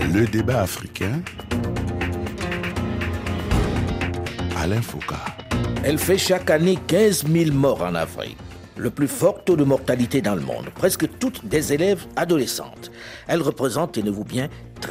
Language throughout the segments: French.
Le débat africain. Alain Foucault. Elle fait chaque année 15 000 morts en Afrique. Le plus fort taux de mortalité dans le monde. Presque toutes des élèves adolescentes. Elle représente, tenez-vous bien,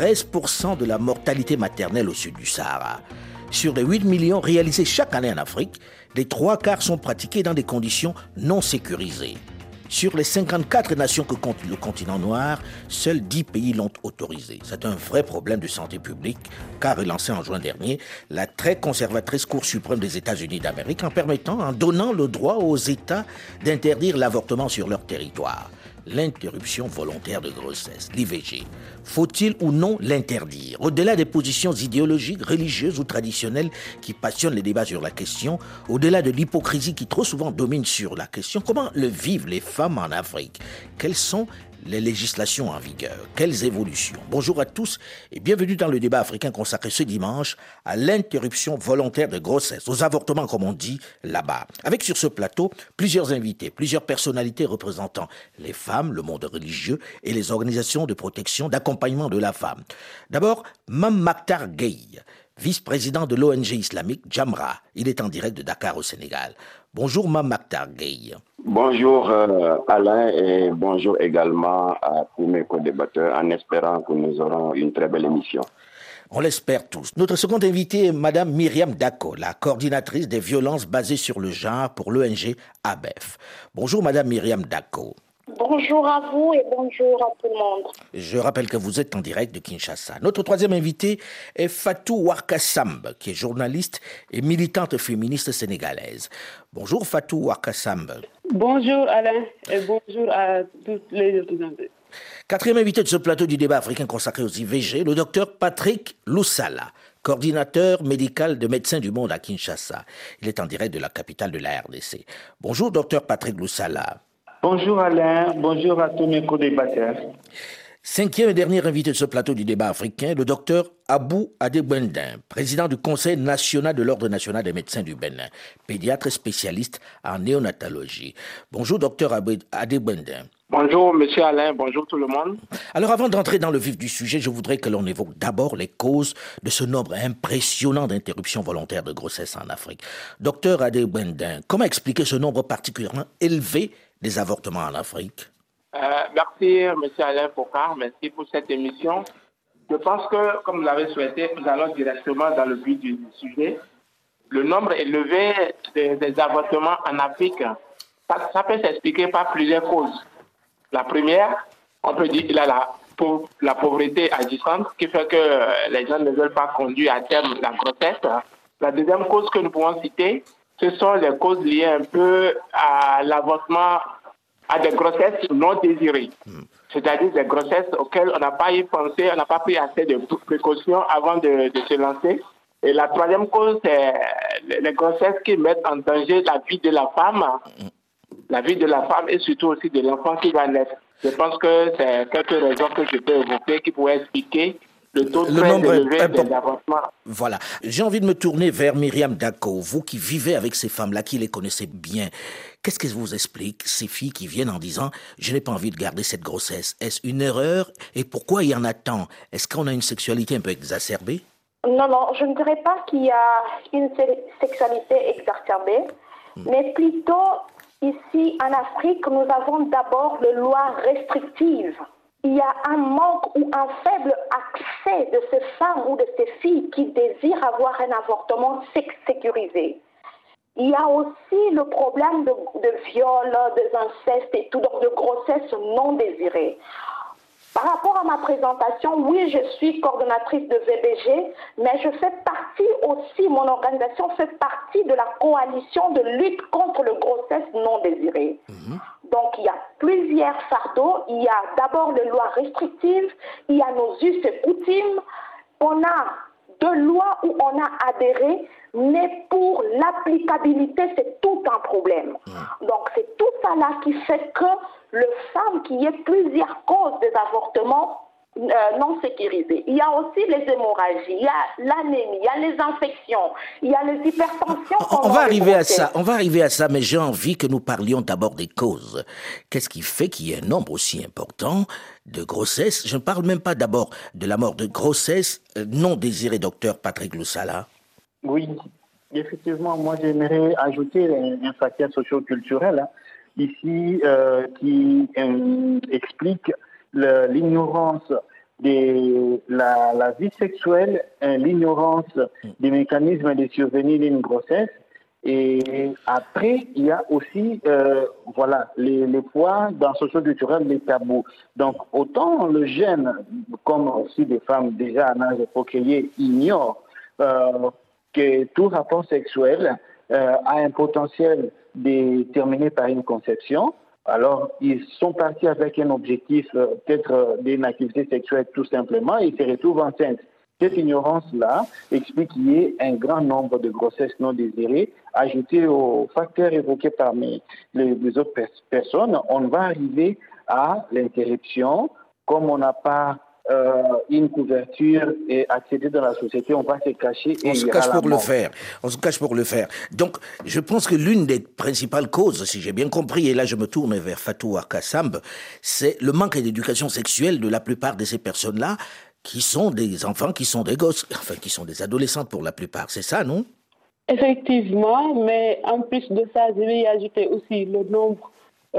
13% de la mortalité maternelle au sud du Sahara. Sur les 8 millions réalisés chaque année en Afrique, les 3/4 sont pratiqués dans des conditions non sécurisées. Sur les 54 nations que compte le continent noir, seuls 10 pays l'ont autorisé. C'est un vrai problème de santé publique, qu'a relancé en juin dernier la très conservatrice Cour suprême des États-Unis d'Amérique en donnant le droit aux États d'interdire l'avortement sur leur territoire. L'interruption volontaire de grossesse, l'IVG. Faut-il ou non l'interdire? Au-delà des positions idéologiques, religieuses ou traditionnelles qui passionnent les débats sur la question, au-delà de l'hypocrisie qui trop souvent domine sur la question, comment le vivent les femmes en Afrique? Quelles sont les législations en vigueur? Quelles évolutions? Bonjour à tous et bienvenue dans le débat africain consacré ce dimanche à l'interruption volontaire de grossesse, aux avortements comme on dit là-bas. Avec sur ce plateau plusieurs invités, plusieurs personnalités représentant les femmes, le monde religieux et les organisations de protection, d'accompagnement de la femme. D'abord, Mame Mactar Gueye, vice-président de l'ONG islamique Jamra. Il est en direct de Dakar au Sénégal. Bonjour Mame Mactar Gueye. Bonjour Alain et bonjour également à tous mes co-débatteurs en espérant que nous aurons une très belle émission. On l'espère tous. Notre seconde invitée est Madame Myriam Dako, la coordinatrice des violences basées sur le genre pour l'ONG ABEF. Bonjour Madame Myriam Dako. Bonjour à vous et bonjour à tout le monde. Je rappelle que vous êtes en direct de Kinshasa. Notre troisième invitée est Fatou Warkasamb, qui est journaliste et militante féministe sénégalaise. Bonjour Fatou Warkasamb. Bonjour Alain et bonjour à tous les représentants. Quatrième invité de ce plateau du débat africain consacré aux IVG, le docteur Patrick Loussala, coordinateur médical de Médecins du Monde à Kinshasa. Il est en direct de la capitale de la RDC. Bonjour docteur Patrick Loussala. Bonjour Alain, bonjour à tous mes co-débatteurs. Cinquième et dernier invité de ce plateau du débat africain, le docteur Abou Adebendin, président du Conseil national de l'Ordre national des médecins du Bénin, pédiatre et spécialiste en néonatologie. Bonjour docteur Adebendin. Bonjour monsieur Alain, bonjour tout le monde. Alors avant d'entrer dans le vif du sujet, je voudrais que l'on évoque d'abord les causes de ce nombre impressionnant d'interruptions volontaires de grossesse en Afrique. Docteur Adebendin, comment expliquer ce nombre particulièrement élevé des avortements en Afrique? Merci M. Alain Foucault, merci pour cette émission. Je pense que, comme vous l'avez souhaité, nous allons directement dans le but du sujet. Le nombre élevé des avortements en Afrique, ça peut s'expliquer par plusieurs causes. La première, on peut dire qu'il y a la pauvreté agissante qui fait que les gens ne veulent pas conduire à terme la grossesse. La deuxième cause que nous pouvons citer, ce sont les causes liées un peu à l'avortement, à des grossesses non désirées. C'est-à-dire des grossesses auxquelles on n'a pas y pensé, on n'a pas pris assez de précautions avant de se lancer. Et la troisième cause, c'est les grossesses qui mettent en danger la vie de la femme et surtout aussi de l'enfant qui va naître. Je pense que c'est quelques raisons que je peux évoquer qui pourraient expliquer le taux très élevé des avortements. Voilà. J'ai envie de me tourner vers Myriam Dako, vous qui vivez avec ces femmes-là, qui les connaissez bien. Qu'est-ce que vous explique, ces filles qui viennent en disant « Je n'ai pas envie de garder cette grossesse ». Est-ce une erreur? Et pourquoi il y en a tant? Est-ce qu'on a une sexualité un peu exacerbée? Non, je ne dirais pas qu'il y a une sexualité exacerbée, mais plutôt ici en Afrique, nous avons d'abord les lois restrictives. Il y a un manque ou un faible accès de ces femmes ou de ces filles qui désirent avoir un avortement sécurisé. Il y a aussi le problème de viol, d'inceste et tout, donc de grossesse non désirée. Par rapport à ma présentation, oui, je suis coordonnatrice de VBG, mais je fais partie aussi, mon organisation fait partie de la coalition de lutte contre les grossesses non désirées. Donc, il y a plusieurs fardeaux. Il y a d'abord les lois restrictives, il y a nos us et coutumes. On a deux lois où on a adhéré, mais pour l'applicabilité, c'est tout un problème. Donc, c'est tout ça là qui fait que les femmes qui aient plusieurs causes des avortements, non sécurisées. Il y a aussi les hémorragies, il y a l'anémie, il y a les infections, il y a les hypertensions. On va arriver à ça, mais j'ai envie que nous parlions d'abord des causes. Qu'est-ce qui fait qu'il y ait un nombre aussi important de grossesses? Je ne parle même pas d'abord de la mort, de grossesse non désirée, docteur Patrick Loussala. Oui, effectivement, moi j'aimerais ajouter un facteur socio-culturel ici qui explique l'ignorance de la vie sexuelle, l'ignorance des mécanismes de survenue d'une grossesse. Et après, il y a aussi les poids dans le socio-culturel, les tabous. Donc, autant le jeune, comme aussi des femmes déjà en âge de procréer, ignorent que tout rapport sexuel a un potentiel de terminer par une conception. Alors, ils sont partis avec un objectif, peut-être d'une activité sexuelle tout simplement, et ils se retrouvent enceintes. Cette ignorance-là explique qu'il y ait un grand nombre de grossesses non désirées. Ajouté aux facteurs évoqués par les autres personnes, on va arriver à l'interruption. Comme on n'a pas une couverture et accéder dans la société, on va se cacher. On se cache pour le faire. On se cache pour le faire. Donc, je pense que l'une des principales causes, si j'ai bien compris, et là je me tourne vers Fatou Arkasamb, c'est le manque d'éducation sexuelle de la plupart de ces personnes-là, qui sont des enfants, qui sont des gosses, enfin qui sont des adolescentes pour la plupart. C'est ça, non? Effectivement, mais en plus de ça, je vais y ajouter aussi le nombre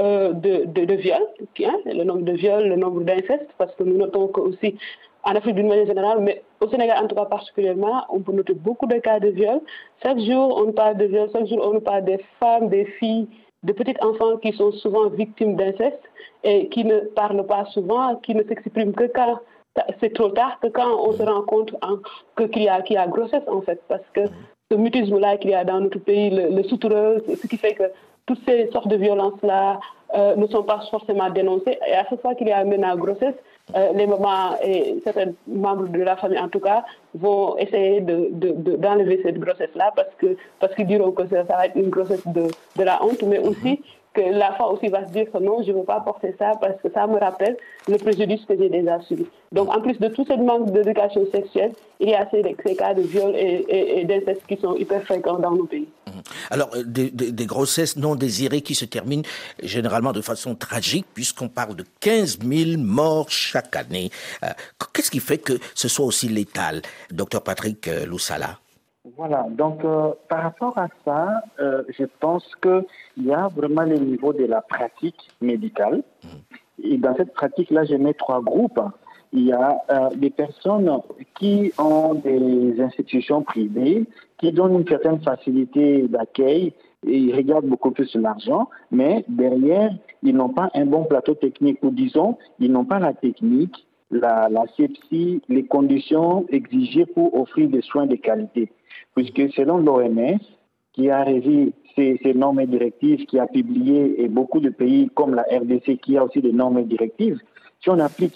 de viols, le nombre de viols, le nombre d'incestes, parce que nous notons que aussi en Afrique d'une manière générale, mais au Sénégal en tout cas particulièrement, on peut noter beaucoup de cas de viol. Chaque jour, on parle de viol, chaque jour, on parle des femmes, des filles, de petits enfants qui sont souvent victimes d'inceste et qui ne parlent pas souvent, qui ne s'expriment que quand c'est trop tard, que quand on se rend compte qu'il y a grossesse en fait, parce que ce mutisme-là qu'il y a dans notre pays, le soutoureux, ce qui fait que toutes ces sortes de violences-là ne sont pas forcément dénoncées. Et à chaque fois qu'il y a maintenant grossesse, les mamans et certains membres de la famille, en tout cas, vont essayer d'enlever cette grossesse-là parce qu'ils diront que ça va être une grossesse de la honte, mais aussi que la femme aussi va se dire que non, je ne veux pas porter ça parce que ça me rappelle le préjudice que j'ai déjà subi. Donc, en plus de tout ce manque d'éducation sexuelle, il y a ces cas de viol et d'inceste qui sont hyper fréquents dans nos pays. Alors, des grossesses non désirées qui se terminent généralement de façon tragique, puisqu'on parle de 15 000 morts chaque année. Qu'est-ce qui fait que ce soit aussi létal, docteur Patrick Loussala? Voilà, donc par rapport à ça, je pense qu'il y a vraiment le niveau de la pratique médicale. Et dans cette pratique-là, je mets 3 groupes. Il y a des personnes qui ont des institutions privées, qui donnent une certaine facilité d'accueil, et ils regardent beaucoup plus l'argent, mais derrière, ils n'ont pas un bon plateau technique, ou disons, ils n'ont pas la technique, la sepsie, les conditions exigées pour offrir des soins de qualité. Puisque selon l'OMS, qui a révisé ces normes et directives, qui a publié, et beaucoup de pays comme la RDC, qui a aussi des normes et directives, si on applique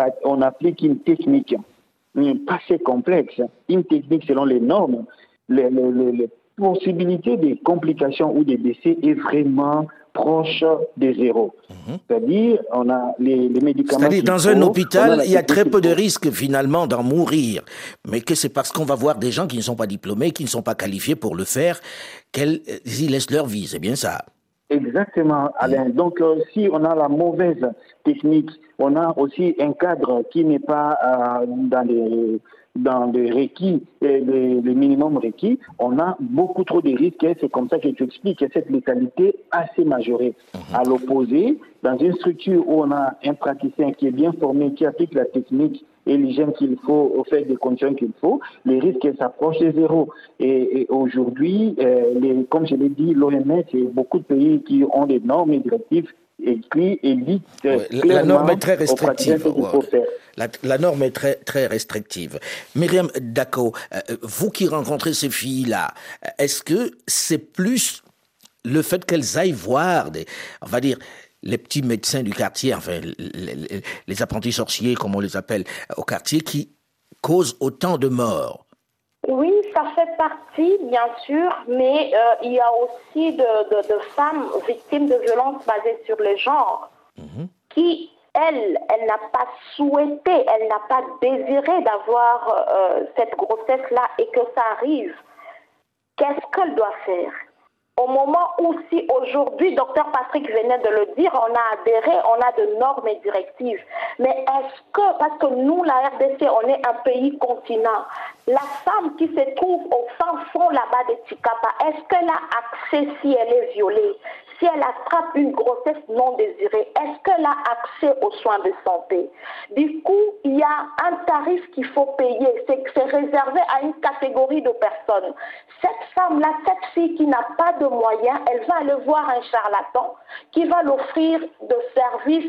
une technique pas assez complexe, une technique selon les normes, les possibilités de complications ou de décès est vraiment proche de zéro. C'est-à-dire, on a les médicaments... C'est-à-dire, dans un hôpital, il y a très peu de risques, finalement, d'en mourir. Mais que c'est parce qu'on va voir des gens qui ne sont pas diplômés, qui ne sont pas qualifiés pour le faire, qu'ils y laissent leur vie. C'est bien ça. Exactement, Alain. Donc, si on a la mauvaise technique, on a aussi un cadre qui n'est pas dans les requis, les minimums requis, on a beaucoup trop de risques et c'est comme ça que tu expliques que cette létalité assez majorée. À l'opposé, dans une structure où on a un praticien qui est bien formé, qui applique la technique et l'hygiène qu'il faut, au fait des conditions qu'il faut, les risques s'approchent de zéro. Et aujourd'hui, comme je l'ai dit, l'OMS et beaucoup de pays qui ont des normes et directives écrites et dites la norme est très restrictive. La norme est très, très restrictive. Myriam Dako, vous qui rencontrez ces filles-là, est-ce que c'est plus le fait qu'elles aillent voir on va dire, les petits médecins du quartier, enfin, les apprentis sorciers, comme on les appelle au quartier, qui causent autant de morts? Oui, ça fait partie, bien sûr, mais il y a aussi de femmes victimes de violences basées sur le genre qui elle n'a pas souhaité, elle n'a pas désiré d'avoir cette grossesse-là et que ça arrive, qu'est-ce qu'elle doit faire? Au moment où, si aujourd'hui, docteur Patrick venait de le dire, on a adhéré, on a de normes et directives. Mais est-ce que, parce que nous, la RDC, on est un pays continent, la femme qui se trouve au fin fond là-bas de Tshikapa, est-ce qu'elle a accès si elle est violée? Si elle attrape une grossesse non désirée, est-ce qu'elle a accès aux soins de santé? Du coup, il y a un tarif qu'il faut payer. C'est réservé à une catégorie de personnes. Cette femme-là, cette fille qui n'a pas de moyens, elle va aller voir un charlatan qui va l'offrir de services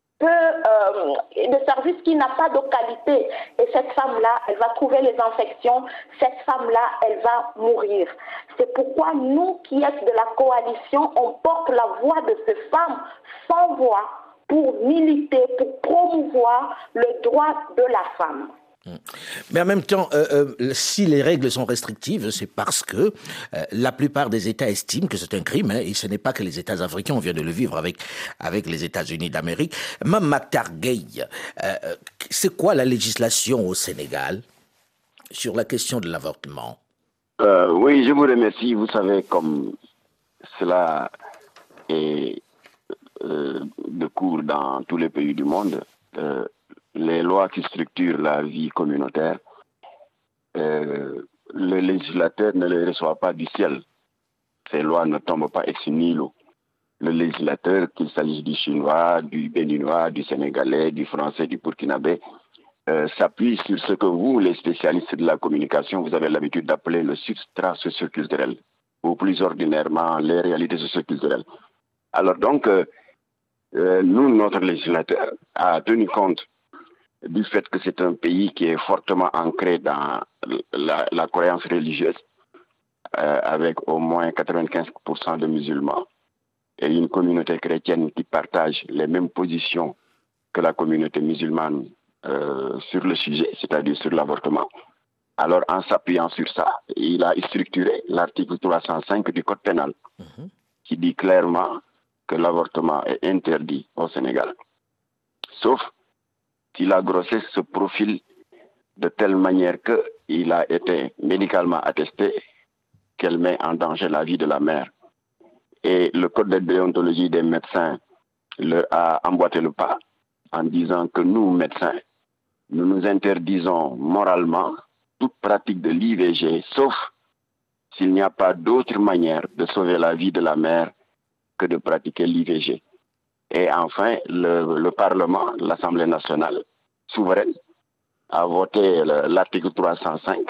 qui n'a pas de qualité. Et cette femme-là, elle va trouver les infections. Cette femme-là, elle va mourir. C'est pourquoi nous qui sommes de la coalition, on porte la voix de ces femmes sans voix pour militer, pour promouvoir le droit de la femme. Mais en même temps, si les règles sont restrictives, c'est parce que la plupart des États estiment que c'est un crime, hein, et ce n'est pas que les États africains, on vient de le vivre avec les États-Unis d'Amérique. Mme Mactar Gueye, c'est quoi la législation au Sénégal sur la question de l'avortement? Oui, je vous remercie. Vous savez, comme cela est de cours dans tous les pays du monde, les lois qui structurent la vie communautaire, le législateur ne les reçoit pas du ciel. Ces lois ne tombent pas ex nihilo. Le législateur, qu'il s'agisse du chinois, du béninois, du sénégalais, du français, du burkinabé, s'appuie sur ce que vous, les spécialistes de la communication, vous avez l'habitude d'appeler le substrat socioculturel, ou plus ordinairement les réalités socioculturelles. Alors donc, nous, notre législateur a tenu compte du fait que c'est un pays qui est fortement ancré dans la croyance religieuse, avec au moins 95% de musulmans, et une communauté chrétienne qui partage les mêmes positions que la communauté musulmane sur le sujet, c'est-à-dire sur l'avortement. Alors, en s'appuyant sur ça, il a structuré l'article 305 du Code pénal, qui dit clairement que l'avortement est interdit au Sénégal, sauf si la grossesse se profile de telle manière qu'il a été médicalement attesté qu'elle met en danger la vie de la mère. Et le code de déontologie des médecins a emboîté le pas en disant que nous, médecins, nous nous interdisons moralement toute pratique de l'IVG, sauf s'il n'y a pas d'autre manière de sauver la vie de la mère que de pratiquer l'IVG. Et enfin, le Parlement, l'Assemblée nationale, souveraine, a voté l'article 305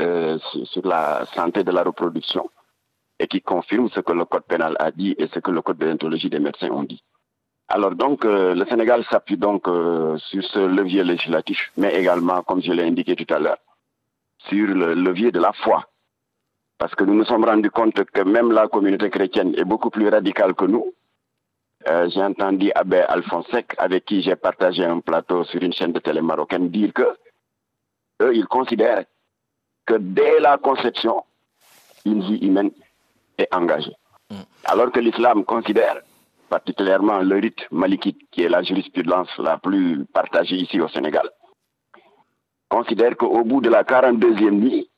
sur la santé de la reproduction et qui confirme ce que le Code pénal a dit et ce que le Code de déontologie des médecins ont dit. Alors donc, le Sénégal s'appuie donc sur ce levier législatif, mais également, comme je l'ai indiqué tout à l'heure, sur le levier de la foi. Parce que nous nous sommes rendus compte que même la communauté chrétienne est beaucoup plus radicale que nous. J'ai entendu Abbé Alphonse Seck, avec qui j'ai partagé un plateau sur une chaîne de télé marocaine, dire que eux, ils considèrent que dès la conception, une vie humaine est engagée. Alors que l'islam considère, particulièrement le rite malikite, qui est la jurisprudence la plus partagée ici au Sénégal, considère qu'au bout de la 42e nuit,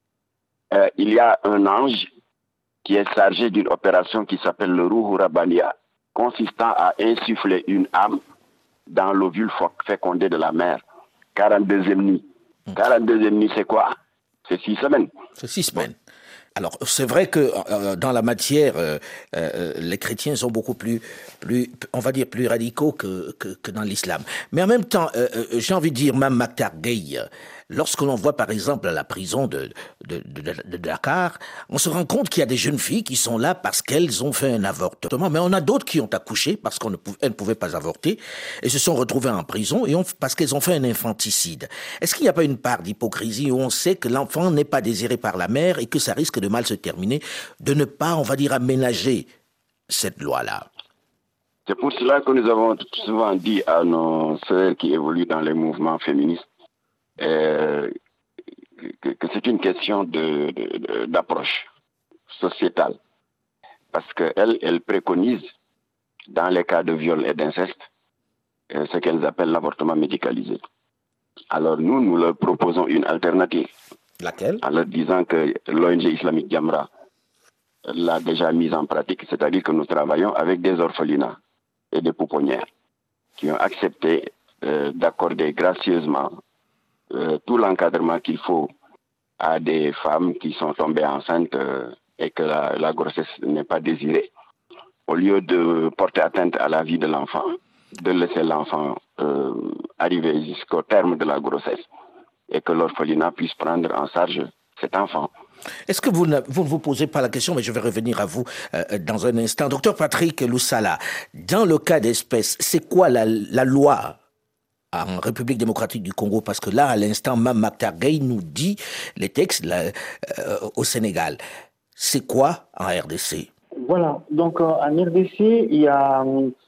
il y a un ange qui est chargé d'une opération qui s'appelle le Ruhu Rabbaniya, consistant à insuffler une âme dans l'ovule fécondé de la mère. 42e nuit. 42e nuit, c'est quoi? C'est 6 semaines. C'est 6 semaines. Alors, c'est vrai que dans la matière, les chrétiens sont beaucoup plus, on va dire, plus radicaux que dans l'islam. Mais en même temps, j'ai envie de dire, Mme Mactar Gueye, lorsque l'on voit par exemple à la prison de Dakar, on se rend compte qu'il y a des jeunes filles qui sont là parce qu'elles ont fait un avortement. Mais on a d'autres qui ont accouché parce qu'elles ne pouvaient pas avorter et se sont retrouvées en prison parce qu'elles ont fait un infanticide. Est-ce qu'il n'y a pas une part d'hypocrisie où on sait que l'enfant n'est pas désiré par la mère et que ça risque de mal se terminer, de ne pas, on va dire, aménager cette loi-là? C'est pour cela que nous avons souvent dit à nos sœurs qui évoluent dans les mouvements féministes que c'est une question d'approche sociétale. Parce qu'elle préconise, dans les cas de viol et d'inceste, ce qu'elles appellent l'avortement médicalisé. Alors nous leur proposons une alternative. Laquelle? En leur disant que l'ONG islamique Jamra l'a déjà mise en pratique, c'est-à-dire que nous travaillons avec des orphelinats et des pouponnières qui ont accepté d'accorder gracieusement tout l'encadrement qu'il faut à des femmes qui sont tombées enceintes et que la grossesse n'est pas désirée. Au lieu de porter atteinte à la vie de l'enfant, de laisser l'enfant arriver jusqu'au terme de la grossesse et que l'orphelinat puisse prendre en charge cet enfant. Est-ce que vous ne vous posez pas la question, mais je vais revenir à vous dans un instant. Docteur Patrick Loussala, dans le cas d'espèce, c'est quoi la loi en République démocratique du Congo? Parce que là, à l'instant, Mme Mactar Gueye nous dit les textes au Sénégal. C'est quoi en RDC? Voilà, donc en RDC, il y a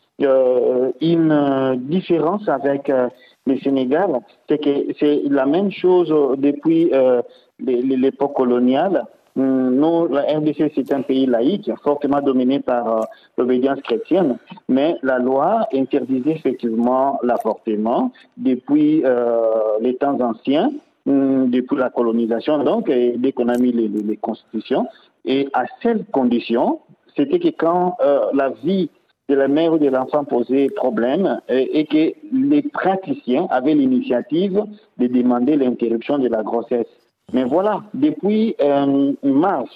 une différence avec le Sénégal, c'est que c'est la même chose depuis l'époque coloniale. Nous, la RDC, c'est un pays laïque, fortement dominé par l'obédience chrétienne, mais la loi interdisait effectivement l'avortement depuis les temps anciens, depuis la colonisation, donc, et dès qu'on a mis les constitutions, et à seule condition, c'était que quand la vie de la mère ou de l'enfant posait problème et que les praticiens avaient l'initiative de demander l'interruption de la grossesse. Mais voilà, depuis mars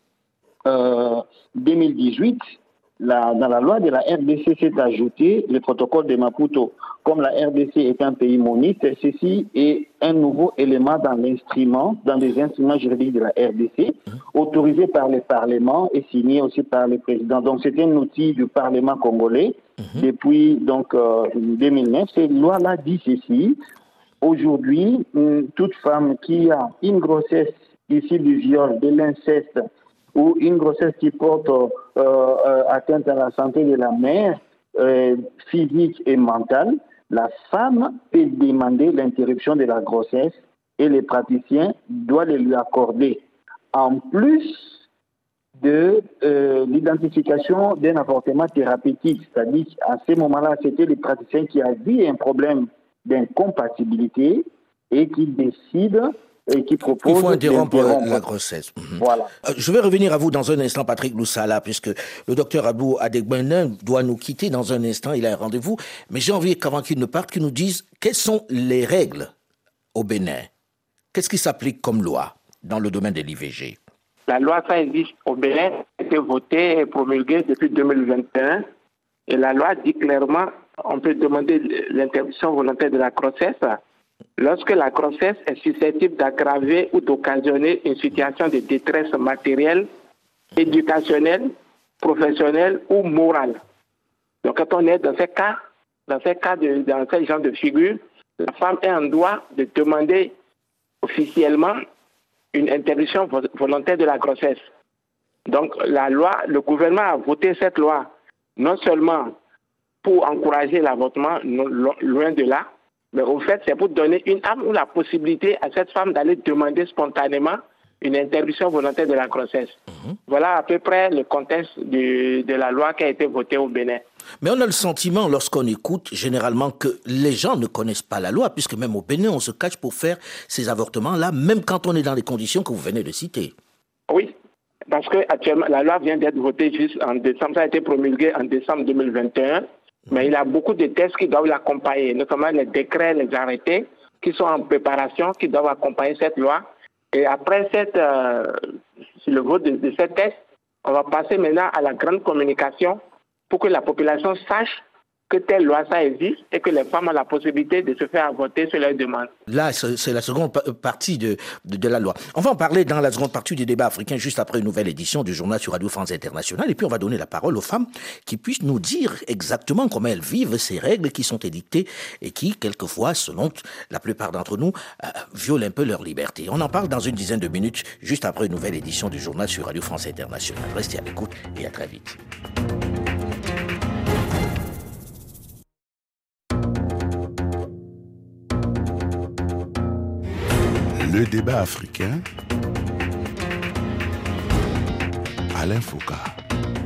2018, dans la loi de la RDC s'est ajouté le protocole de Maputo. Comme la RDC est un pays moniste, ceci est un nouveau élément dans les instruments juridiques de la RDC, autorisé par le Parlement et signé aussi par le président. Donc c'est un outil du Parlement congolais depuis 2009. Cette loi-là dit ceci. Aujourd'hui, toute femme qui a une grossesse issue du viol, de l'inceste, ou une grossesse qui porte atteinte à la santé de la mère, physique et mentale, la femme peut demander l'interruption de la grossesse et les praticiens doivent le lui accorder. En plus de l'identification d'un avortement thérapeutique, c'est-à-dire à ce moment-là, c'était les praticiens qui avaient un problème d'incompatibilité et qui décident et qui proposent... Il faut interrompre la grossesse. Voilà. Je vais revenir à vous dans un instant, Patrick Loussala, puisque le docteur Abou Adegbenin doit nous quitter dans un instant, il a un rendez-vous. Mais j'ai envie qu'avant qu'il ne parte, qu'il nous dise quelles sont les règles au Bénin. Qu'est-ce qui s'applique comme loi dans le domaine de l'IVG? La loi, ça existe au Bénin, a été votée et promulguée depuis 2021. Et la loi dit clairement on peut demander l'interruption volontaire de la grossesse lorsque la grossesse est susceptible d'aggraver ou d'occasionner une situation de détresse matérielle, éducationnelle, professionnelle ou morale. Donc quand on est dans ce genre de figure, la femme est en droit de demander officiellement une interruption volontaire de la grossesse. Donc le gouvernement a voté cette loi non seulement pour encourager l'avortement, loin de là, mais au fait, c'est pour donner une arme ou la possibilité à cette femme d'aller demander spontanément une interruption volontaire de la grossesse. Voilà à peu près le contexte de la loi qui a été votée au Bénin. Mais on a le sentiment, lorsqu'on écoute, généralement, que les gens ne connaissent pas la loi, puisque même au Bénin, on se cache pour faire ces avortements-là, même quand on est dans les conditions que vous venez de citer. Oui, parce que actuellement, la loi vient d'être votée juste en décembre, ça a été promulgué en décembre 2021. Mais il y a beaucoup de textes qui doivent l'accompagner, notamment les décrets, les arrêtés qui sont en préparation, qui doivent accompagner cette loi. Et après le vote de ces textes, on va passer maintenant à la grande communication pour que la population sache que telle loi, ça existe et que les femmes ont la possibilité de se faire avorter sur leur demande. Là, c'est la seconde partie de la loi. On va en parler dans la seconde partie du débat africain, juste après une nouvelle édition du journal sur Radio France Internationale. Et puis, on va donner la parole aux femmes qui puissent nous dire exactement comment elles vivent ces règles qui sont édictées et qui, quelquefois, selon la plupart d'entre nous, violent un peu leur liberté. On en parle dans une dizaine de minutes, juste après une nouvelle édition du journal sur Radio France Internationale. Restez à l'écoute et à très vite. Le débat africain, Alain Foucault.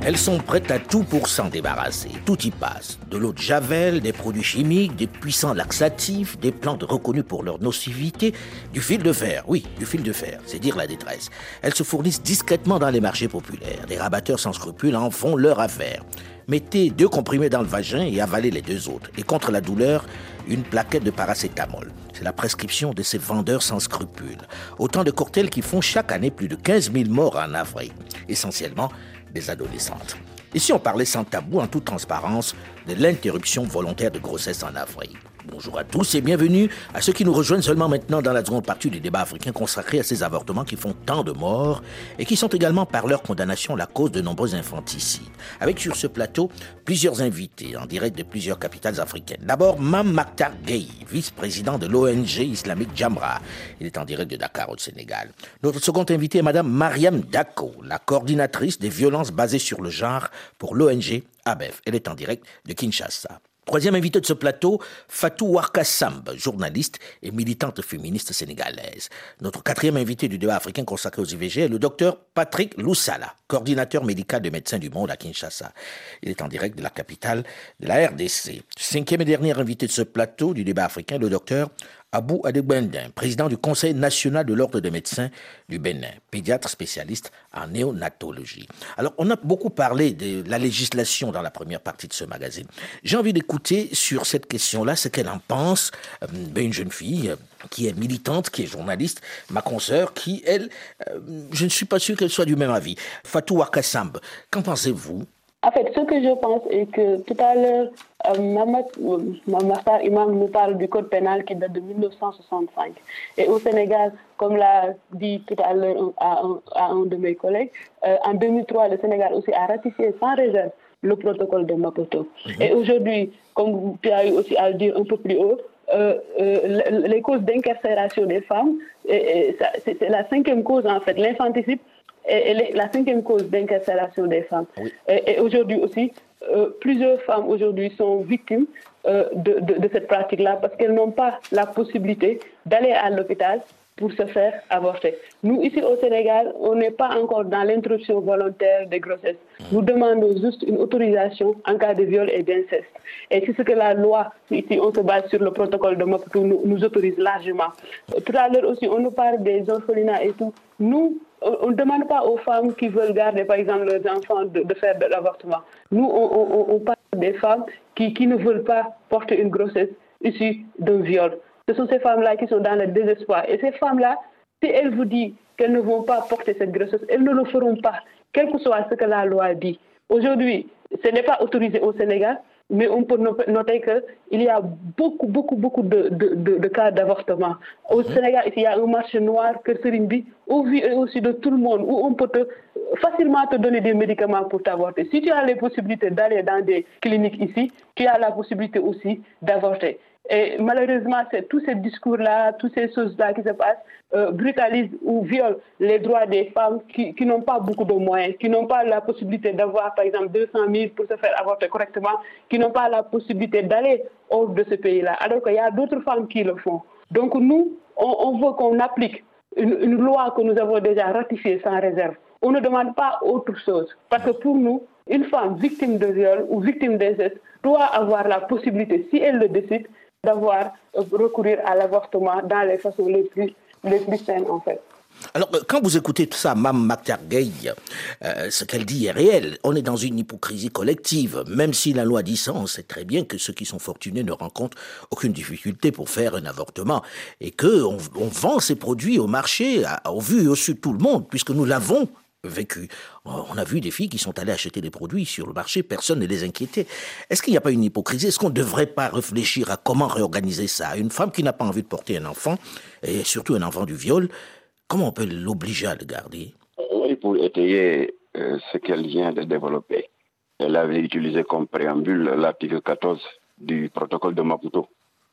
Elles sont prêtes à tout pour s'en débarrasser. Tout y passe. De l'eau de javel, des produits chimiques, des puissants laxatifs, des plantes reconnues pour leur nocivité, du fil de fer. Oui, du fil de fer, c'est dire la détresse. Elles se fournissent discrètement dans les marchés populaires. Des rabatteurs sans scrupules en font leur affaire. Mettez 2 comprimés dans le vagin et avalez les 2 autres. Et contre la douleur, une plaquette de paracétamol. C'est la prescription de ces vendeurs sans scrupules. Autant de cocktails qui font chaque année plus de 15 000 morts en Afrique. Essentiellement des adolescentes. Ici, on parlait sans tabou, en toute transparence, de l'interruption volontaire de grossesse en Afrique. Bonjour à tous et bienvenue à ceux qui nous rejoignent seulement maintenant dans la seconde partie du débat africain consacré à ces avortements qui font tant de morts et qui sont également par leur condamnation la cause de nombreux infanticides. Avec sur ce plateau plusieurs invités en direct de plusieurs capitales africaines. D'abord, Mame Mactar Gueye, vice-président de l'ONG islamique Jamra. Il est en direct de Dakar au Sénégal. Notre second invité est Madame Mariam Dako, la coordinatrice des violences basées sur le genre pour l'ONG ABEF. Elle est en direct de Kinshasa. Troisième invité de ce plateau, Fatou Warka Samb, journaliste et militante féministe sénégalaise. Notre quatrième invité du débat africain consacré aux IVG est le docteur Patrick Loussala, coordinateur médical de Médecins du Monde à Kinshasa. Il est en direct de la capitale de la RDC. Cinquième et dernier invité de ce plateau du débat africain, le docteur Abou Adebendin, président du Conseil national de l'Ordre des médecins du Bénin, pédiatre spécialiste en néonatologie. Alors, on a beaucoup parlé de la législation dans la première partie de ce magazine. J'ai envie d'écouter sur cette question-là ce qu'elle en pense, une jeune fille qui est militante, qui est journaliste, ma consoeur, qui, elle, je ne suis pas sûr qu'elle soit du même avis. Fatou Warka Samb, qu'en pensez-vous ? En fait, ce que je pense est que tout à l'heure, Master Imam nous parle du code pénal qui date de 1965. Et au Sénégal, comme l'a dit tout à l'heure à un de mes collègues, en 2003, le Sénégal aussi a ratifié sans réserve le protocole de Maputo. Et aujourd'hui, comme tu as eu aussi à le dire un peu plus haut, les causes d'incarcération des femmes, c'est la 5e cause en fait, l'infanticide, et la 5e cause d'incarcération des femmes. Oui. Et aujourd'hui aussi, plusieurs femmes aujourd'hui sont victimes de cette pratique-là parce qu'elles n'ont pas la possibilité d'aller à l'hôpital pour se faire avorter. Nous, ici au Sénégal, on n'est pas encore dans l'interruption volontaire des grossesses. Nous demandons juste une autorisation en cas de viol et d'inceste. Et c'est ce que la loi, ici on se base sur le protocole de Maputo, nous autorise largement. Tout à l'heure aussi, on nous parle des orphelinats et tout. Nous, on ne demande pas aux femmes qui veulent garder, par exemple, leurs enfants de faire de l'avortement. Nous, on parle des femmes qui ne veulent pas porter une grossesse issue d'un viol. Ce sont ces femmes-là qui sont dans le désespoir. Et ces femmes-là, si elles vous disent qu'elles ne vont pas porter cette grossesse, elles ne le feront pas, quel que soit ce que la loi dit. Aujourd'hui, ce n'est pas autorisé au Sénégal, mais on peut noter qu'il y a beaucoup de cas d'avortement. Au Sénégal, il y a un marché noir, Kerserimbi, au vu et aussi de tout le monde, où on peut facilement te donner des médicaments pour t'avorter. Si tu as les possibilités d'aller dans des cliniques ici, tu as la possibilité aussi d'avorter. Et malheureusement, tous ces discours-là, toutes ces choses-là qui se passent brutalisent ou violent les droits des femmes qui n'ont pas beaucoup de moyens, qui n'ont pas la possibilité d'avoir, par exemple, 200 000 pour se faire avorter correctement, qui n'ont pas la possibilité d'aller hors de ce pays-là, alors qu'il y a d'autres femmes qui le font. Donc nous, on veut qu'on applique une loi que nous avons déjà ratifiée sans réserve. On ne demande pas autre chose. Parce que pour nous, une femme victime de viol ou victime d'inceste doit avoir la possibilité, si elle le décide, d'avoir recourir à l'avortement dans les façons les plus saines, en fait. Alors, quand vous écoutez tout ça, Mame Mactar Gueye, ce qu'elle dit est réel. On est dans une hypocrisie collective. Même si la loi dit ça, on sait très bien que ceux qui sont fortunés ne rencontrent aucune difficulté pour faire un avortement. Et qu'on vend ces produits au marché, au vu et au su de tout le monde, puisque nous l'avons vécu. On a vu des filles qui sont allées acheter des produits sur le marché, personne ne les inquiétait. Est-ce qu'il n'y a pas une hypocrisie? Est-ce qu'on ne devrait pas réfléchir à comment réorganiser ça? Une femme qui n'a pas envie de porter un enfant, et surtout un enfant du viol, comment on peut l'obliger à le garder? Oui, pour étayer ce qu'elle vient de développer, elle avait utilisé comme préambule l'article 14 du protocole de Maputo.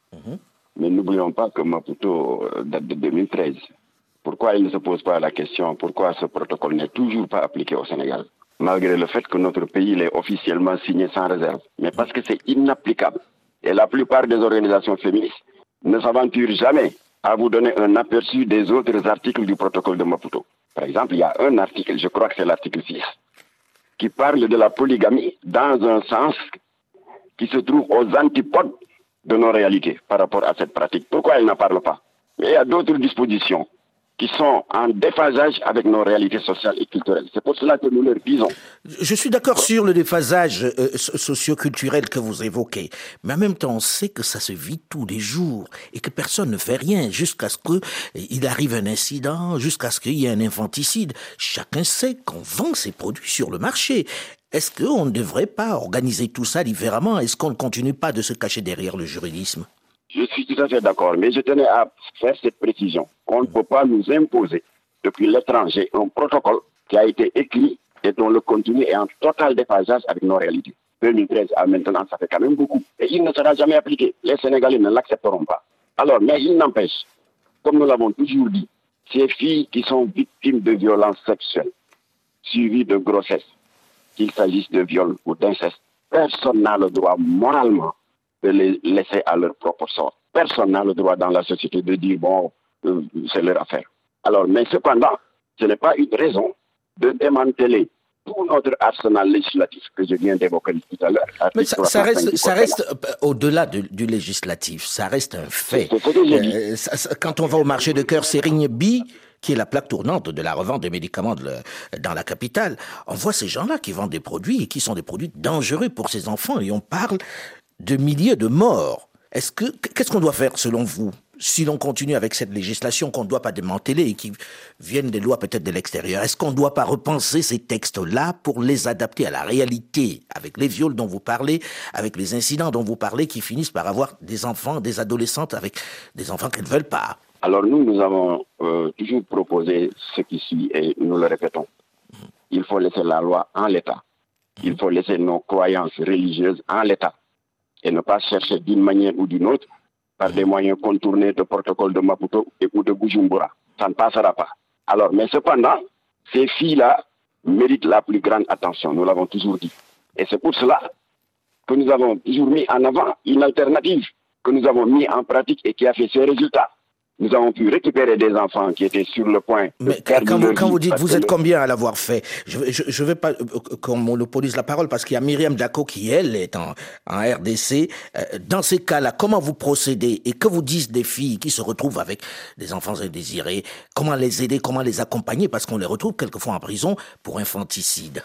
Mais n'oublions pas que Maputo date de 2013. Pourquoi il ne se pose pas la question, pourquoi ce protocole n'est toujours pas appliqué au Sénégal, malgré le fait que notre pays l'ait officiellement signé sans réserve? Mais parce que c'est inapplicable. Et la plupart des organisations féministes ne s'aventurent jamais à vous donner un aperçu des autres articles du protocole de Maputo. Par exemple, il y a un article, je crois que c'est l'article 6, qui parle de la polygamie dans un sens qui se trouve aux antipodes de nos réalités par rapport à cette pratique. Pourquoi elle n'en parle pas? Mais il y a d'autres dispositions qui sont en déphasage avec nos réalités sociales et culturelles. C'est pour cela que nous leur disons. Je suis d'accord sur le déphasage socio-culturel que vous évoquez, mais en même temps, on sait que ça se vit tous les jours et que personne ne fait rien jusqu'à ce qu'il arrive un incident, jusqu'à ce qu'il y ait un infanticide. Chacun sait qu'on vend ses produits sur le marché. Est-ce qu'on ne devrait pas organiser tout ça différemment? Est-ce qu'on ne continue pas de se cacher derrière le juridisme? Je suis tout à fait d'accord, mais je tenais à faire cette précision, qu'on ne peut pas nous imposer depuis l'étranger un protocole qui a été écrit et dont le contenu est en total déphasage avec nos réalités. 2013 à maintenant, ça fait quand même beaucoup. Et il ne sera jamais appliqué. Les Sénégalais ne l'accepteront pas. Alors, mais il n'empêche, comme nous l'avons toujours dit, ces filles qui sont victimes de violences sexuelles, suivies de grossesse, qu'il s'agisse de viol ou d'inceste, personne n'a le droit moralement de les laisser à leur propre sort. Personne n'a le droit dans la société de dire, bon, c'est leur affaire. Alors, mais cependant, ce n'est pas une raison de démanteler tout notre arsenal législatif que je viens d'évoquer tout à l'heure. Mais ça reste au-delà du législatif, ça reste un fait. C'est ce que j'ai dit. Quand on va au marché de cœur Sérigne-Bi, qui est la plaque tournante de la revente des médicaments dans la capitale, on voit ces gens-là qui vendent des produits et qui sont des produits dangereux pour ces enfants, et on parle de milliers de morts. Qu'est-ce qu'on doit faire selon vous si l'on continue avec cette législation qu'on ne doit pas démanteler et qui viennent des lois peut-être de l'extérieur? Est-ce qu'on ne doit pas repenser ces textes-là pour les adapter à la réalité, avec les viols dont vous parlez, avec les incidents dont vous parlez qui finissent par avoir des enfants, des adolescentes avec des enfants qu'elles ne veulent pas? Alors nous avons toujours proposé ce qui suit et nous le répétons. Il faut laisser la loi en l'état. Il faut laisser nos croyances religieuses en l'état et ne pas chercher d'une manière ou d'une autre par des moyens contournés de protocole de Maputo ou de Bujumbura. Ça ne passera pas. Alors, mais cependant, ces filles-là méritent la plus grande attention. Nous l'avons toujours dit. Et c'est pour cela que nous avons toujours mis en avant une alternative que nous avons mis en pratique et qui a fait ses résultats. Nous avons pu récupérer des enfants qui étaient sur le point. Mais quand vous dites, vous êtes combien à l'avoir fait? Je vais pas qu'on monopolise la parole parce qu'il y a Myriam Dako qui, elle, est en RDC. Dans ces cas-là, comment vous procédez et que vous disent des filles qui se retrouvent avec des enfants indésirés? Comment les aider, comment les accompagner? Parce qu'on les retrouve quelquefois en prison pour infanticide.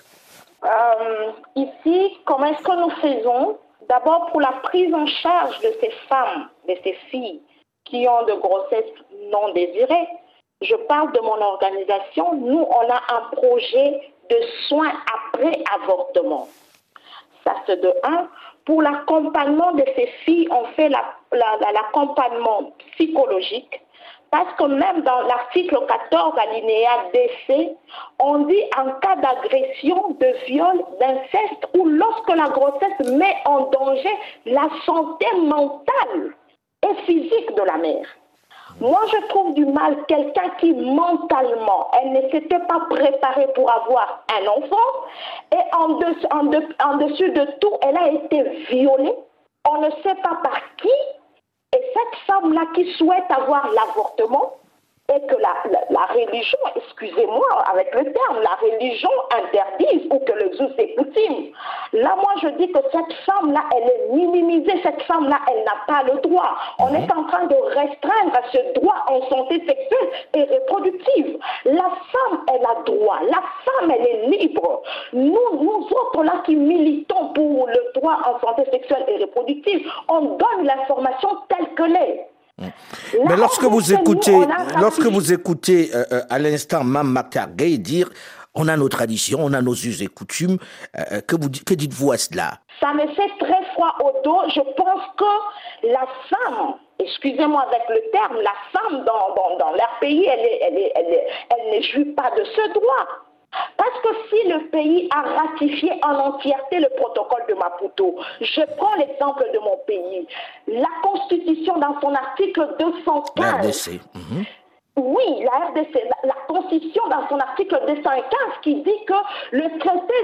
Ici, comment est-ce que nous faisons? D'abord, pour la prise en charge de ces femmes, de ces filles qui ont de grossesses non désirées. Je parle de mon organisation. Nous, on a un projet de soins après avortement. Ça, c'est de un. Pour l'accompagnement de ces filles, on fait l'accompagnement psychologique. Parce que même dans l'article 14, alinéa DC, on dit en cas d'agression, de viol, d'inceste ou lorsque la grossesse met en danger la santé mentale et physique de la mère. Moi, je trouve du mal quelqu'un qui mentalement, elle ne s'était pas préparée pour avoir un enfant et en dessus de tout, elle a été violée. On ne sait pas par qui. Et cette femme-là qui souhaite avoir l'avortement, et que la religion, excusez-moi avec le terme, la religion interdise ou que les us et coutumes. Là, moi, je dis que cette femme-là, elle est minimisée. Cette femme-là, elle n'a pas le droit. On est en train de restreindre à ce droit en santé sexuelle et reproductive. La femme, elle a droit. La femme, elle est libre. Nous autres là qui militons pour le droit en santé sexuelle et reproductive, on donne l'information telle que l'est. Mais lorsque vous écoutez à l'instant Mme Mactar Gueye dire on a nos traditions, on a nos us et coutumes, que dites-vous à cela? Ça me fait très froid au dos. Je pense que la femme, excusez-moi avec le terme, la femme dans leur pays, elle ne jouit pas de ce droit. Parce que si le pays a ratifié en entièreté le protocole de Maputo, je prends l'exemple de mon pays, la Constitution dans son article 215 Oui, la RDC, la Constitution dans son article 215 qui dit que les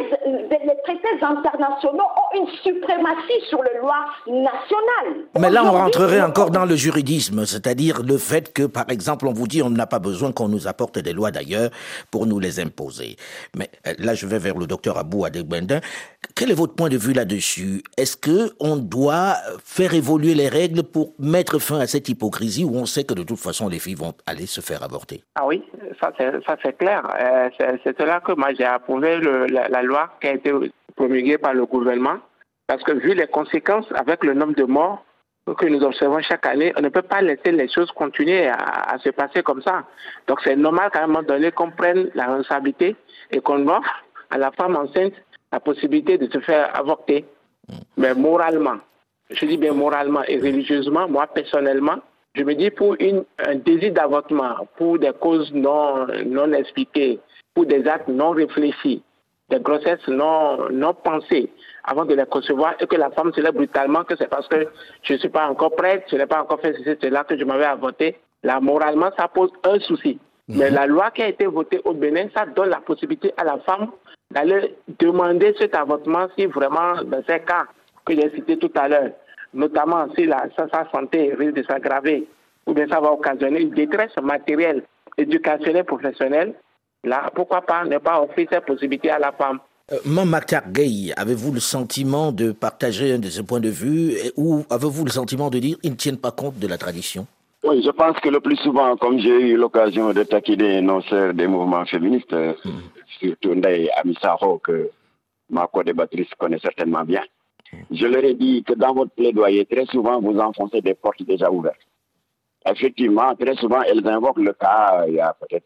traités internationaux ont une suprématie sur les lois nationales. Mais là, on rentrerait encore dans le juridisme, c'est-à-dire le fait que, par exemple, on vous dit on n'a pas besoin qu'on nous apporte des lois d'ailleurs pour nous les imposer. Mais là, je vais vers le docteur Abou Adegbendin. Quel est votre point de vue là-dessus? Est-ce qu'on doit faire évoluer les règles pour mettre fin à cette hypocrisie où on sait que de toute façon les filles vont aller se faire avorter? Ah oui, ça c'est clair. C'est cela que moi j'ai approuvé la loi qui a été promulguée par le gouvernement. Parce que vu les conséquences avec le nombre de morts que nous observons chaque année, on ne peut pas laisser les choses continuer à se passer comme ça. Donc c'est normal qu'à un moment donné qu'on prenne la responsabilité et qu'on offre à la femme enceinte la possibilité de se faire avorter. Mais moralement, je dis bien moralement et religieusement, moi personnellement, je me dis pour un désir d'avortement, pour des causes non expliquées, pour des actes non réfléchis, des grossesses non pensées avant de les concevoir et que la femme se lève brutalement que c'est parce que je ne suis pas encore prête, je n'ai pas encore fait ceci, cela que je m'avais avorté. Là, moralement, ça pose un souci. Mais la loi qui a été votée au Bénin, ça donne la possibilité à la femme d'aller demander cet avortement si vraiment, dans ces cas que j'ai cités tout à l'heure, notamment si sa santé risque de s'aggraver ou bien ça va occasionner une détresse matérielle, éducationnelle, professionnelle, là, pourquoi pas ne pas offrir cette possibilité à la femme? Mme Maktar Gueye, avez-vous le sentiment de partager un de ce point de vue ou avez-vous le sentiment de dire qu'ils ne tiennent pas compte de la tradition? Oui, je pense que le plus souvent, comme j'ai eu l'occasion de taquiner nos sœurs des mouvements féministes, surtout Ndeye Amisaro, que ma co-débattrice connaît certainement bien, je leur ai dit que dans votre plaidoyer, très souvent, vous enfoncez des portes déjà ouvertes. Effectivement, très souvent, elles invoquent le cas, il y a peut-être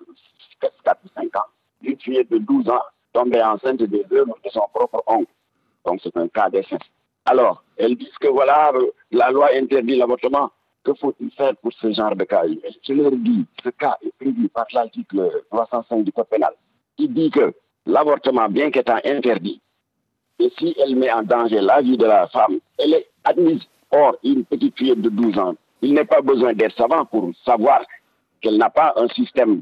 4 ou 5 ans, d'une fille de 12 ans tombée enceinte des œuvres de son propre oncle. Donc, c'est un cas d'essai. Alors, elles disent que voilà, la loi interdit l'avortement. Que faut-il faire pour ce genre de cas? Je leur dis, ce cas est prévu par l'article 305 du Code pénal, qui dit que l'avortement, bien qu'étant interdit, et si elle met en danger la vie de la femme, elle est admise. Or, une petite fille de 12 ans, il n'est pas besoin d'être savant pour savoir qu'elle n'a pas un système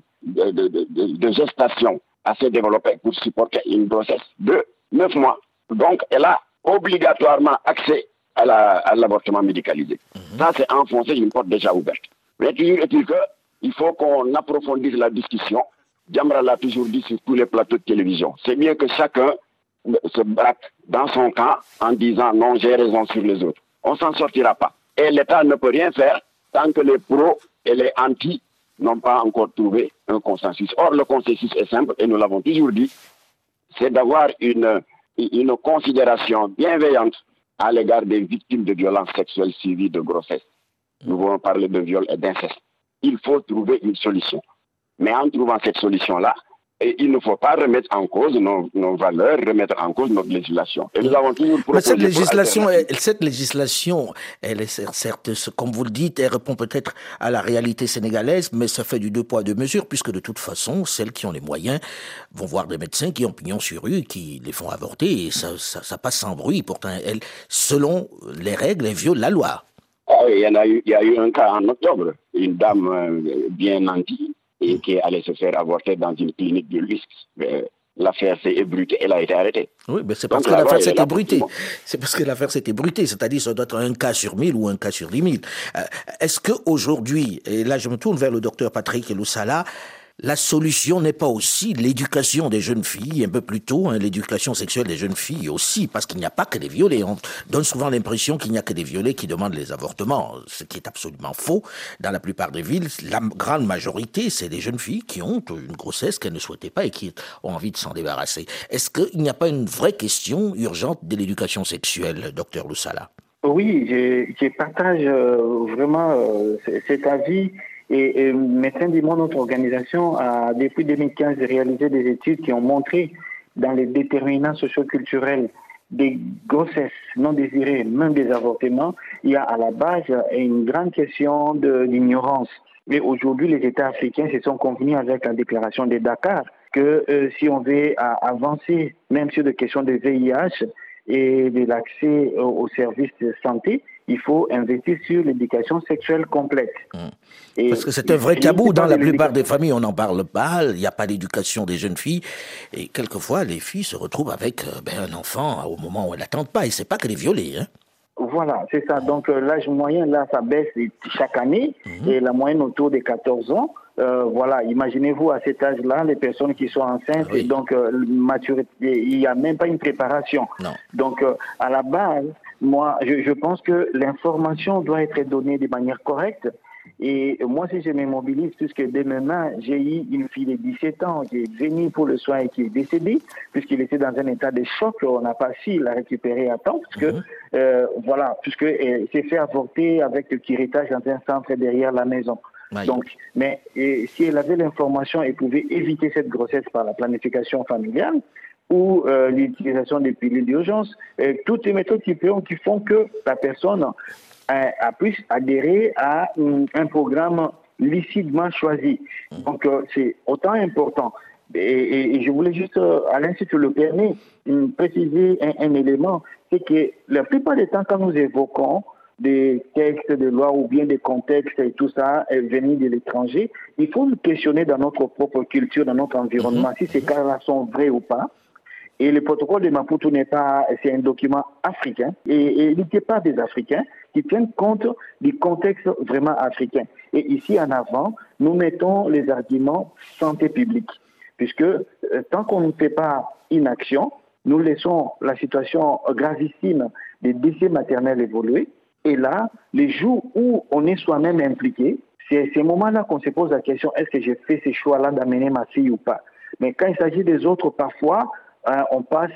de gestation assez développé pour supporter une grossesse de 9 mois. Donc, elle a obligatoirement accès à l'avortement médicalisé. Ça, c'est enfoncer une porte déjà ouverte. Mais toujours est-il qu'il faut qu'on approfondisse la discussion. Djamra l'a toujours dit sur tous les plateaux de télévision. C'est bien que chacun se braque dans son camp en disant non, j'ai raison sur les autres. On ne s'en sortira pas. Et l'État ne peut rien faire tant que les pros et les anti n'ont pas encore trouvé un consensus. Or, le consensus est simple, et nous l'avons toujours dit, c'est d'avoir une considération bienveillante à l'égard des victimes de violences sexuelles suivies de grossesse. Nous voulons parler de viol et d'inceste. Il faut trouver une solution. Mais en trouvant cette solution-là, il ne faut pas remettre en cause nos valeurs, remettre en cause notre législation. Et nous avons toujours proposé. Mais cette législation, elle est certes, comme vous le dites, elle répond peut-être à la réalité sénégalaise, mais ça fait du 2 poids 2 mesures, puisque de toute façon, celles qui ont les moyens vont voir des médecins qui ont pignon sur rue, qui les font avorter, et ça passe sans bruit. Pourtant, elles, selon les règles, elles violent la loi. Il y a eu un cas en octobre, une dame bien nantie, et qui est allée se faire avorter dans une clinique de luxe. L'affaire s'est ébruitée, elle a été arrêtée. Oui, mais c'est parce que l'affaire s'est ébruitée. C'est parce que l'affaire s'est ébruitée, c'est-à-dire ça doit être un cas sur 1000 ou un cas sur 10 000. Est-ce qu'aujourd'hui, et là je me tourne vers le docteur Patrick Loussala, la solution n'est pas aussi l'éducation des jeunes filles, un peu plus tôt, l'éducation sexuelle des jeunes filles aussi, parce qu'il n'y a pas que des violés. On donne souvent l'impression qu'il n'y a que des violés qui demandent les avortements, ce qui est absolument faux. Dans la plupart des villes, la grande majorité, c'est des jeunes filles qui ont une grossesse qu'elles ne souhaitaient pas et qui ont envie de s'en débarrasser. Est-ce qu'il n'y a pas une vraie question urgente de l'éducation sexuelle, docteur Loussala? Oui, je partage vraiment cet avis. Et Médecins du Monde, notre organisation, a depuis 2015 réalisé des études qui ont montré dans les déterminants socioculturels des grossesses non désirées, même des avortements, il y a à la base une grande question d'ignorance. Et aujourd'hui, les États africains se sont convenus avec la déclaration de Dakar que si on veut avancer, même sur des questions de VIH et de l'accès aux services de santé, il faut investir sur l'éducation sexuelle complète. Et parce que c'est un vrai tabou dans la plupart des familles, on n'en parle pas, il n'y a pas d'éducation des jeunes filles, et quelquefois les filles se retrouvent avec un enfant au moment où elles n'attendent pas, et c'est pas que les violer, hein. Voilà, c'est ça. Donc l'âge moyen, là, ça baisse chaque année, et la moyenne autour des 14 ans. Voilà, imaginez-vous à cet âge-là, les personnes qui sont enceintes, Oui. donc maturité, il n'y a même pas une préparation. Non. Donc à la base, moi, je pense que l'information doit être donnée de manière correcte. Et moi, si je me mobilise, puisque dès maintenant, j'ai eu une fille de 17 ans qui est venue pour le soin et qui est décédée, puisqu'il était dans un état de choc, on n'a pas su la récupérer à temps, puisqu'elle s'est fait avorter avec le curettage dans un centre derrière la maison. Oui. Donc, mais si elle avait l'information, elle pouvait éviter cette grossesse par la planification familiale ou l'utilisation des pilules d'urgence, toutes les méthodes qui font que la personne a pu adhérer à un programme lucidement choisi. Donc, c'est autant important. Et je voulais juste, Alain, si tu le permets, préciser un élément, c'est que la plupart des temps, quand nous évoquons des textes de loi ou bien des contextes et tout ça venus de l'étranger, il faut nous questionner dans notre propre culture, dans notre environnement, si ces cas-là sont vrais ou pas. Et le protocole de Maputo c'est un document africain et il n'était pas des Africains qui tiennent compte du contexte vraiment africain. Et ici en avant, nous mettons les arguments santé publique, puisque tant qu'on ne fait pas une action, nous laissons la situation gravissime des décès maternels évoluer. Et là, les jours où on est soi-même impliqué, c'est ces moments-là qu'on se pose la question, est-ce que j'ai fait ces choix-là d'amener ma fille ou pas? Mais quand il s'agit des autres, parfois, on passe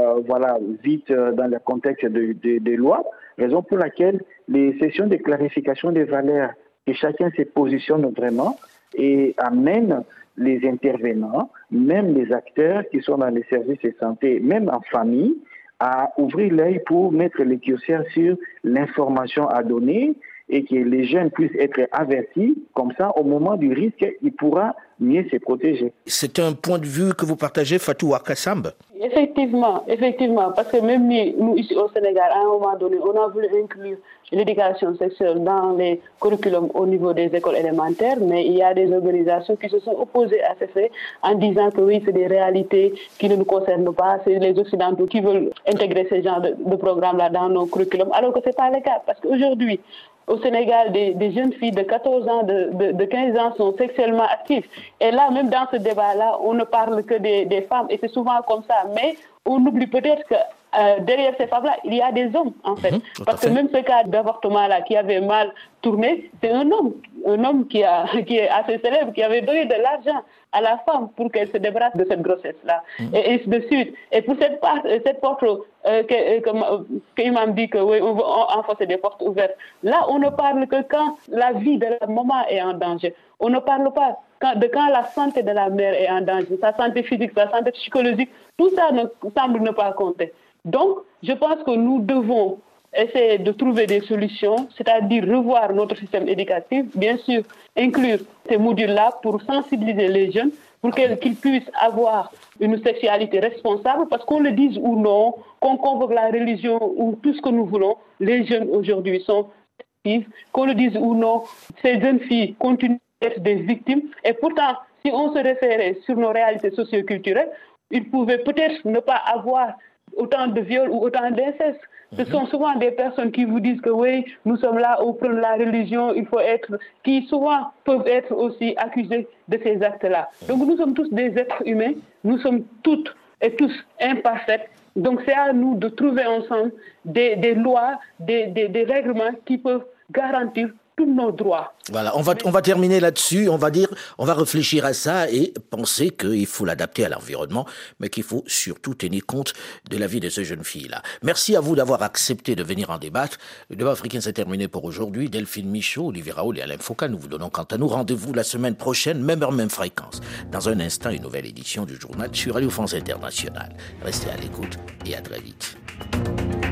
vite dans le contexte des lois, raison pour laquelle les sessions de clarification des valeurs, que chacun se positionne vraiment et amène les intervenants, même les acteurs qui sont dans les services de santé, même en famille, à ouvrir l'œil pour mettre les curseurs sur l'information à donner et que les jeunes puissent être avertis. Comme ça, au moment du risque, il pourra mieux se protéger. C'est un point de vue que vous partagez, Fatou Akasamb? Effectivement, parce que même nous ici au Sénégal, à un moment donné, on a voulu inclure l'éducation sexuelle dans les curriculums au niveau des écoles élémentaires, mais il y a des organisations qui se sont opposées à ce fait en disant que oui, c'est des réalités qui ne nous concernent pas, c'est les Occidentaux qui veulent intégrer ce genre de programme-là dans nos curriculums, alors que ce n'est pas le cas, parce qu'aujourd'hui, au Sénégal, des jeunes filles de 14 ans, de 15 ans sont sexuellement actives. Et là, même dans ce débat-là, on ne parle que des femmes, et c'est souvent comme ça. Mais on oublie peut-être que derrière ces femmes-là, il y a des hommes, en fait. Parce que même ce cas d'avortement-là, qui avait mal tourné, c'est un homme qui est assez célèbre, qui avait donné de l'argent à la femme pour qu'elle se débarrasse de cette grossesse-là, et ainsi de suite. Et pour cette porte que Imam dit que oui, on veut enfoncer des portes ouvertes, là, on ne parle que quand la vie de la maman est en danger. On ne parle pas quand la santé de la mère est en danger, sa santé physique, sa santé psychologique, tout ça semble ne pas compter. Donc, je pense que nous devons essayer de trouver des solutions, c'est-à-dire revoir notre système éducatif, bien sûr, inclure ces modules-là pour sensibiliser les jeunes, pour qu'ils puissent avoir une sexualité responsable, parce qu'on le dise ou non, qu'on convoque la religion ou tout ce que nous voulons, les jeunes aujourd'hui sont actifs, qu'on le dise ou non, ces jeunes filles continuent d'être des victimes, et pourtant, si on se référait sur nos réalités socio-culturelles, ils pouvaient peut-être ne pas avoir autant de viols ou autant d'incestes. Ce sont souvent des personnes qui vous disent que oui, nous sommes là au prendre la religion, il faut être, qui souvent peuvent être aussi accusés de ces actes-là. Donc nous sommes tous des êtres humains, nous sommes toutes et tous imparfaits. Donc c'est à nous de trouver ensemble des lois, des règlements qui peuvent garantir tous nos droits. Voilà, on va terminer là-dessus, on va réfléchir à ça et penser qu'il faut l'adapter à l'environnement, mais qu'il faut surtout tenir compte de la vie de ces jeunes filles-là. Merci à vous d'avoir accepté de venir en débattre. Le débat africain s'est terminé pour aujourd'hui. Delphine Michaud, Olivier Raoul et Alain Foucault, nous vous donnons quant à nous rendez-vous la semaine prochaine, même heure, même fréquence. Dans un instant, une nouvelle édition du journal sur Radio France Internationale. Restez à l'écoute et à très vite.